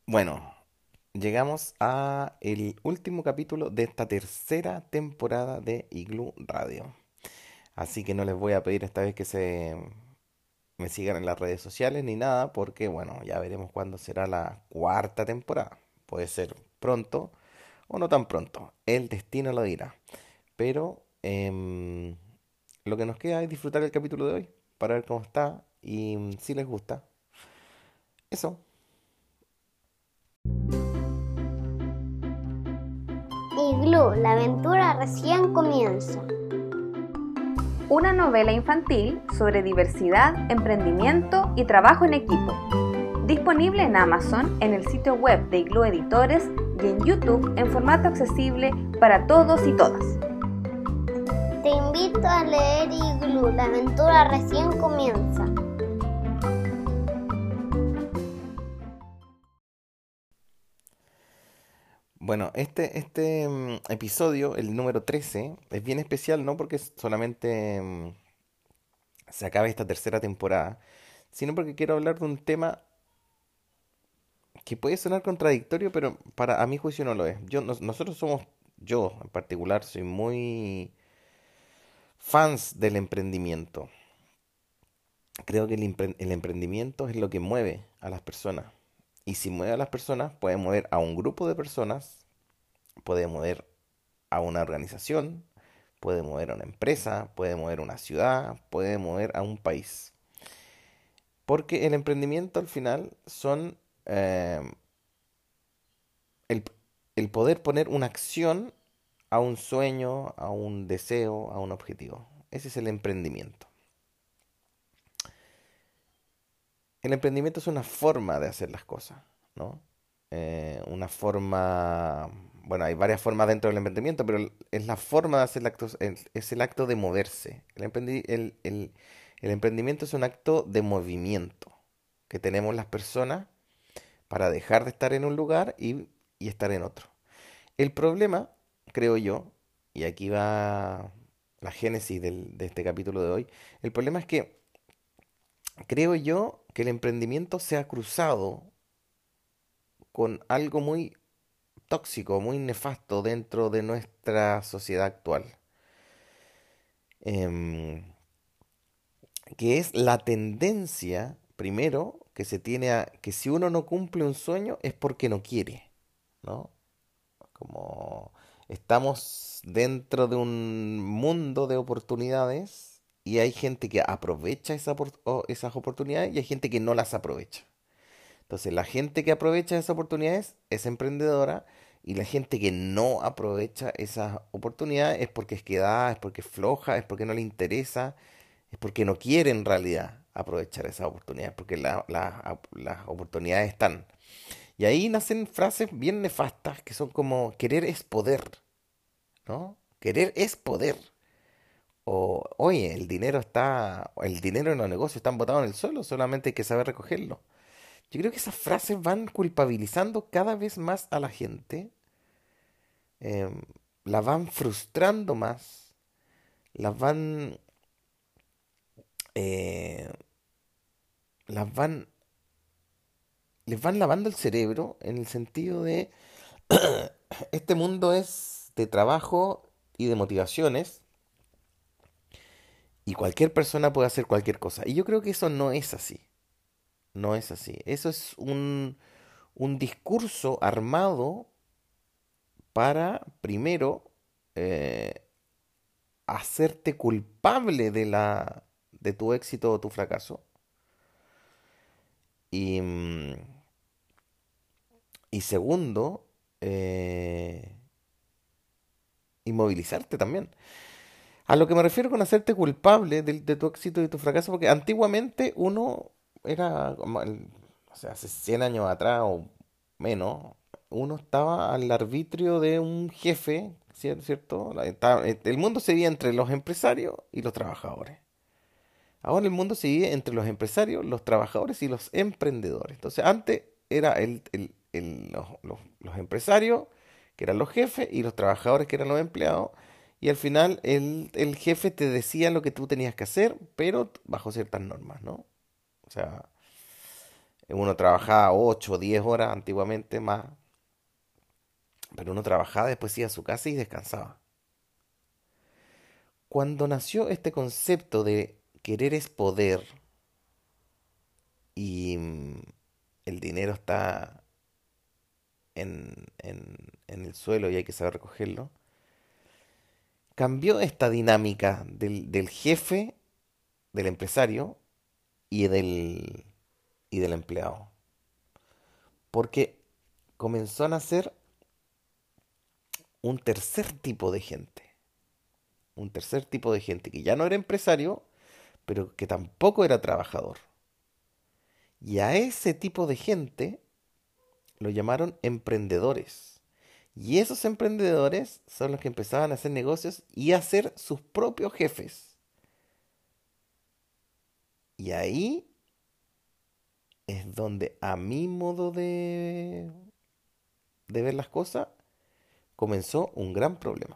Bueno, llegamos a el último capítulo de esta tercera temporada de Igloo Radio. Así que no les voy a pedir esta vez que se me sigan en las redes sociales ni nada, porque bueno, ya veremos cuándo será la cuarta temporada. Puede ser pronto o no tan pronto. El destino lo dirá. Pero lo que nos queda es disfrutar el capítulo de hoy para ver cómo está y si les gusta. Eso. Igloo, la aventura recién comienza. Una novela infantil sobre diversidad, emprendimiento y trabajo en equipo. Disponible en Amazon, en el sitio web de Igloo Editores y en YouTube en formato accesible para todos y todas. Te invito a leer Igloo, la aventura recién comienza. Bueno, este episodio, el número 13 es bien especial, no porque solamente se acabe esta tercera temporada, sino porque quiero hablar de un tema que puede sonar contradictorio, pero para a mi juicio no lo es. Nosotros somos, yo en particular, soy muy fans del emprendimiento. Creo que el emprendimiento es lo que mueve a las personas. Y si mueve a las personas, puede mover a un grupo de personas, puede mover a una organización, puede mover a una empresa, puede mover a una ciudad, puede mover a un país. Porque el emprendimiento al final son el, el poder poner una acción a un sueño, a un deseo, a un objetivo. Ese es el emprendimiento. El emprendimiento es una forma de hacer las cosas, ¿no? Una forma, bueno, hay varias formas dentro del emprendimiento, pero es la forma de hacer el acto, es el acto de moverse. El emprendimiento es un acto de movimiento que tenemos las personas para dejar de estar en un lugar y estar en otro. El problema, creo yo, y aquí va la génesis de este capítulo de hoy, el problema es que creo yo que el emprendimiento se ha cruzado con algo muy tóxico, muy nefasto dentro de nuestra sociedad actual, em, que es la tendencia, primero, que se tiene a que si uno no cumple un sueño es porque no quiere, ¿no? Como estamos dentro de un mundo de oportunidades y hay gente que aprovecha esas oportunidades y hay gente que no las aprovecha. Entonces, la gente que aprovecha esas oportunidades es emprendedora y la gente que no aprovecha esas oportunidades es porque es quedada, es porque es floja, es porque no le interesa, es porque no quiere en realidad aprovechar esas oportunidades, porque las oportunidades están. Y ahí nacen frases bien nefastas que son como querer es poder, ¿no? Querer es poder. O, oye, el dinero en los negocios están botados en el suelo, solamente hay que saber recogerlo. Yo creo que esas frases van culpabilizando cada vez más a la gente, em, la van frustrando más, las van, eh, las van, les van lavando el cerebro en el sentido de este mundo es de trabajo y de motivaciones y cualquier persona puede hacer cualquier cosa. Y yo creo que eso no es así, no es así. Eso es un discurso armado para, primero, eh, hacerte culpable de tu éxito o tu fracaso. Y, y segundo, eh, inmovilizarte también. A lo que me refiero con hacerte culpable de tu éxito y tu fracaso, porque antiguamente uno era, o sea, hace 100 años atrás o menos, uno estaba al arbitrio de un jefe, ¿cierto? El mundo se divide entre los empresarios y los trabajadores. Ahora el mundo se divide entre los empresarios, los trabajadores y los emprendedores. Entonces, antes era los empresarios, que eran los jefes, y los trabajadores, que eran los empleados. Y al final el jefe te decía lo que tú tenías que hacer, pero bajo ciertas normas, ¿no? O sea, Uno trabajaba 8 o 10 horas antiguamente más, pero uno trabajaba, después iba a su casa y descansaba. Cuando nació este concepto de querer es poder y el dinero está en el suelo y hay que saber recogerlo, cambió esta dinámica del jefe, del empresario y y del empleado. Porque comenzó a nacer un tercer tipo de gente. Un tercer tipo de gente que ya no era empresario, pero que tampoco era trabajador. Y a ese tipo de gente lo llamaron emprendedores. Y esos emprendedores son los que empezaban a hacer negocios y a ser sus propios jefes. Y ahí es donde a mi modo de ver las cosas comenzó un gran problema.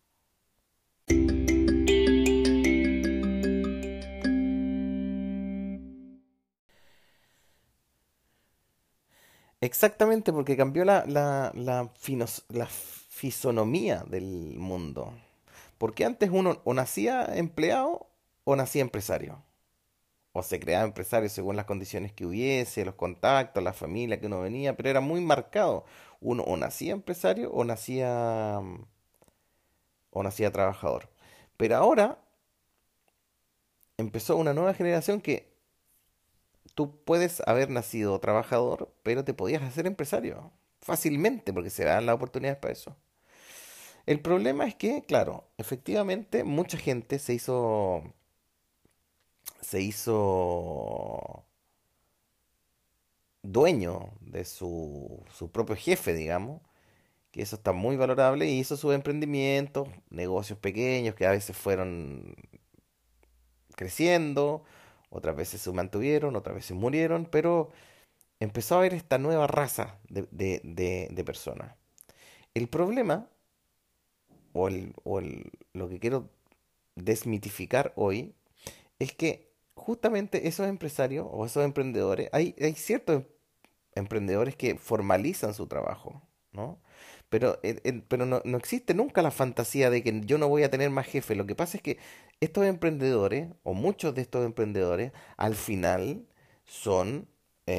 Exactamente, porque cambió la fisonomía del mundo. Porque antes uno o nacía empleado o nacía empresario. O se creaba empresario según las condiciones que hubiese, los contactos, la familia que uno venía, pero era muy marcado. Uno o nacía empresario o nacía trabajador. Pero ahora empezó una nueva generación que tú puedes haber nacido trabajador, pero te podías hacer empresario fácilmente porque se dan las oportunidades para eso. El problema es que, claro, efectivamente mucha gente se hizo dueño de su propio jefe, digamos, que eso está muy valorable y hizo sus emprendimientos, negocios pequeños que a veces fueron creciendo, otras veces se mantuvieron, otras veces murieron, pero empezó a haber esta nueva raza de personas. El problema, lo que quiero desmitificar hoy, es que justamente esos empresarios o esos emprendedores, hay ciertos emprendedores que formalizan su trabajo, ¿no? Pero no existe nunca la fantasía de que yo no voy a tener más jefe. Lo que pasa es que estos emprendedores, o muchos de estos emprendedores, al final son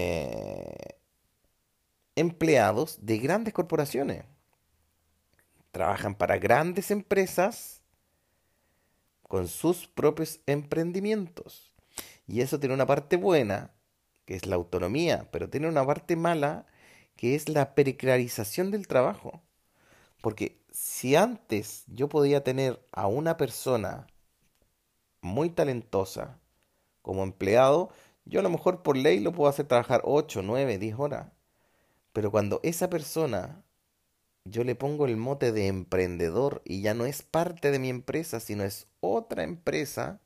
empleados de grandes corporaciones. Trabajan para grandes empresas con sus propios emprendimientos. Y eso tiene una parte buena, que es la autonomía, pero tiene una parte mala, que es la precarización del trabajo. Porque si antes yo podía tener a una persona muy talentosa como empleado, yo a lo mejor por ley lo puedo hacer trabajar 8, 9, 10 horas. Pero cuando esa persona yo le pongo el mote de emprendedor y ya no es parte de mi empresa, sino es otra empresa,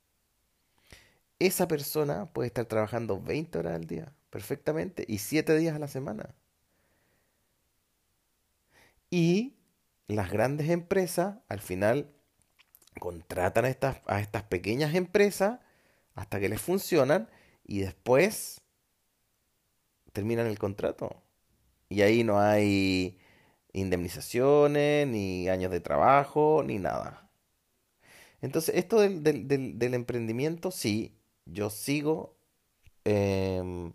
esa persona puede estar trabajando 20 horas al día, perfectamente, y 7 días a la semana. Y las grandes empresas, al final, contratan a estas pequeñas empresas hasta que les funcionan y después terminan el contrato. Y ahí no hay indemnizaciones, ni años de trabajo, ni nada. Entonces, esto del emprendimiento, sí, yo sigo em,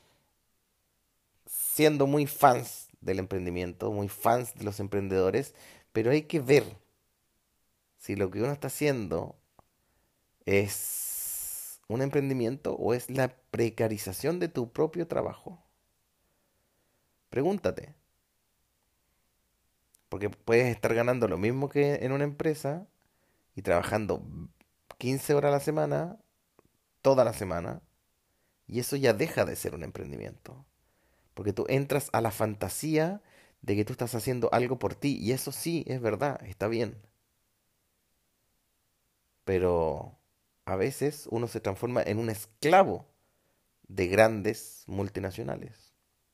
siendo muy fans del emprendimiento, muy fans de los emprendedores, pero hay que ver si lo que uno está haciendo es un emprendimiento o es la precarización de tu propio trabajo. Pregúntate, porque puedes estar ganando lo mismo que en una empresa y trabajando 15 horas a la semana, toda la semana, y eso ya deja de ser un emprendimiento. Porque tú entras a la fantasía de que tú estás haciendo algo por ti, y eso sí es verdad, está bien. Pero a veces uno se transforma en un esclavo de grandes multinacionales.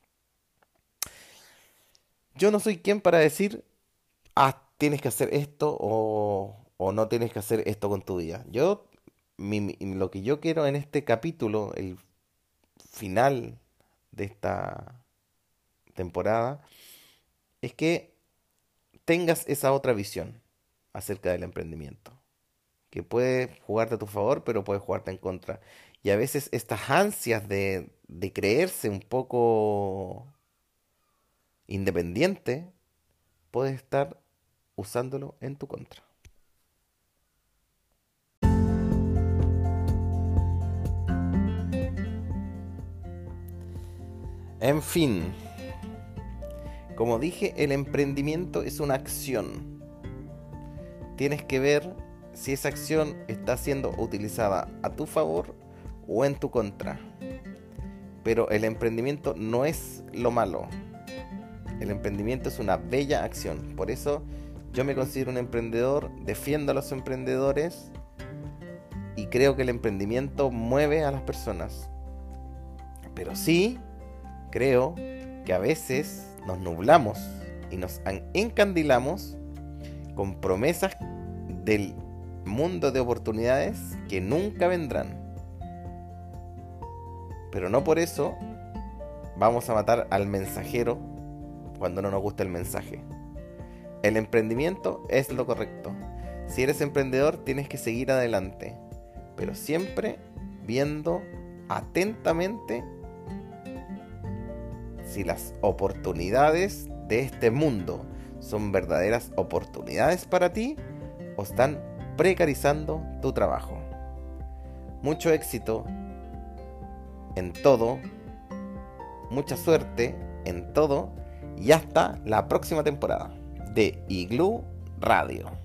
Yo no soy quien para decir, ah, tienes que hacer esto o no tienes que hacer esto con tu vida. Lo que yo quiero en este capítulo, el final de esta temporada es que tengas esa otra visión acerca del emprendimiento, que puede jugarte a tu favor, pero puede jugarte en contra. Y a veces estas ansias de creerse un poco independiente, puedes estar usándolo en tu contra. En fin, como dije, el emprendimiento es una acción. Tienes que ver si esa acción está siendo utilizada a tu favor o en tu contra. Pero el emprendimiento no es lo malo. El emprendimiento es una bella acción. Por eso yo me considero un emprendedor, defiendo a los emprendedores y creo que el emprendimiento mueve a las personas. Pero sí creo que a veces nos nublamos y nos encandilamos con promesas del mundo de oportunidades que nunca vendrán. Pero no por eso vamos a matar al mensajero cuando no nos gusta el mensaje. El emprendimiento es lo correcto. Si eres emprendedor, tienes que seguir adelante, pero siempre viendo atentamente si las oportunidades de este mundo son verdaderas oportunidades para ti o están precarizando tu trabajo. Mucho éxito en todo, mucha suerte en todo y hasta la próxima temporada de Igloo Radio.